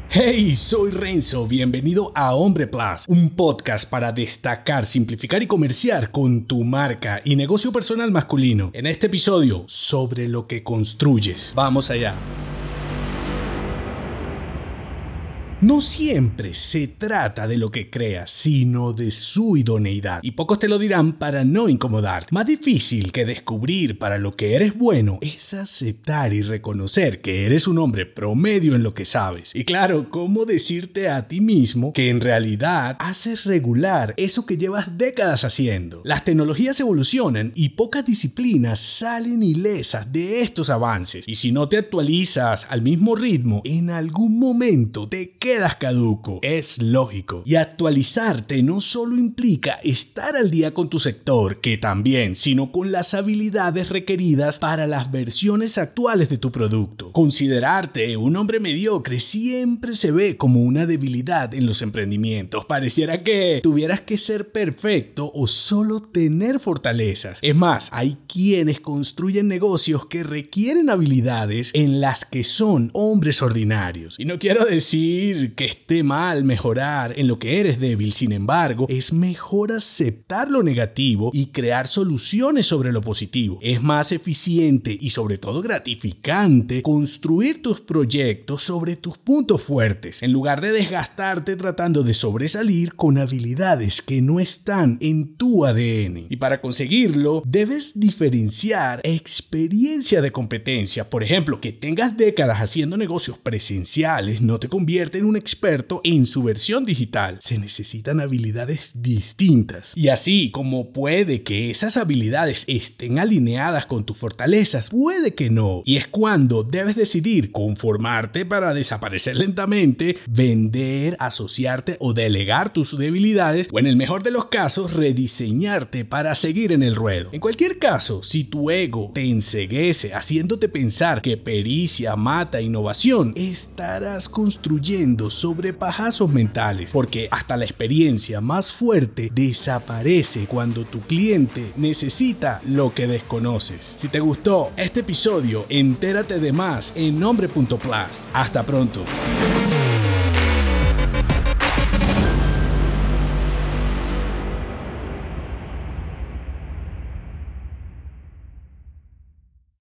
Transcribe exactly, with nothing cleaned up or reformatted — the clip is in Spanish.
Hey, soy Renzo, bienvenido a Hombre Plus, un podcast para destacar, simplificar y comerciar con tu marca y negocio personal masculino. En este episodio, sobre lo que construyes. Vamos allá. No siempre se trata de lo que creas, sino de su idoneidad. Y pocos te lo dirán para no incomodar. Más difícil que descubrir para lo que eres bueno es aceptar y reconocer que eres un hombre promedio en lo que sabes. Y claro, ¿cómo decirte a ti mismo que en realidad haces regular eso que llevas décadas haciendo? Las tecnologías evolucionan y pocas disciplinas salen ilesas de estos avances. Y si no te actualizas al mismo ritmo, en algún momento te quedas quedas caduco. Es lógico. Y actualizarte no solo implica estar al día con tu sector, que también, sino con las habilidades requeridas para las versiones actuales de tu producto. Considerarte un hombre mediocre siempre se ve como una debilidad en los emprendimientos. Pareciera que tuvieras que ser perfecto o solo tener fortalezas. Es más, hay quienes construyen negocios que requieren habilidades en las que son hombres ordinarios. Y no quiero decir que esté mal mejorar en lo que eres débil, sin embargo, es mejor aceptar lo negativo y crear soluciones sobre lo positivo. Es más eficiente y sobre todo gratificante construir tus proyectos sobre tus puntos fuertes, en lugar de desgastarte tratando de sobresalir con habilidades que no están en tu A D N. Y para conseguirlo, debes diferenciar experiencia de competencia. Por ejemplo, que tengas décadas haciendo negocios presenciales no te convierte en un experto en su versión digital. Se necesitan habilidades distintas. Y así como puede que esas habilidades estén alineadas con tus fortalezas, puede que no. Y es cuando debes decidir conformarte para desaparecer lentamente, vender, asociarte o delegar tus debilidades, o en el mejor de los casos, rediseñarte para seguir en el ruedo. En cualquier caso, si tu ego te enceguece haciéndote pensar que pericia mata innovación, estarás construyendo sobre pajazos mentales, porque hasta la experiencia más fuerte desaparece cuando tu cliente necesita lo que desconoces. Si te gustó este episodio, entérate de más en hombre punto plus. Hasta pronto.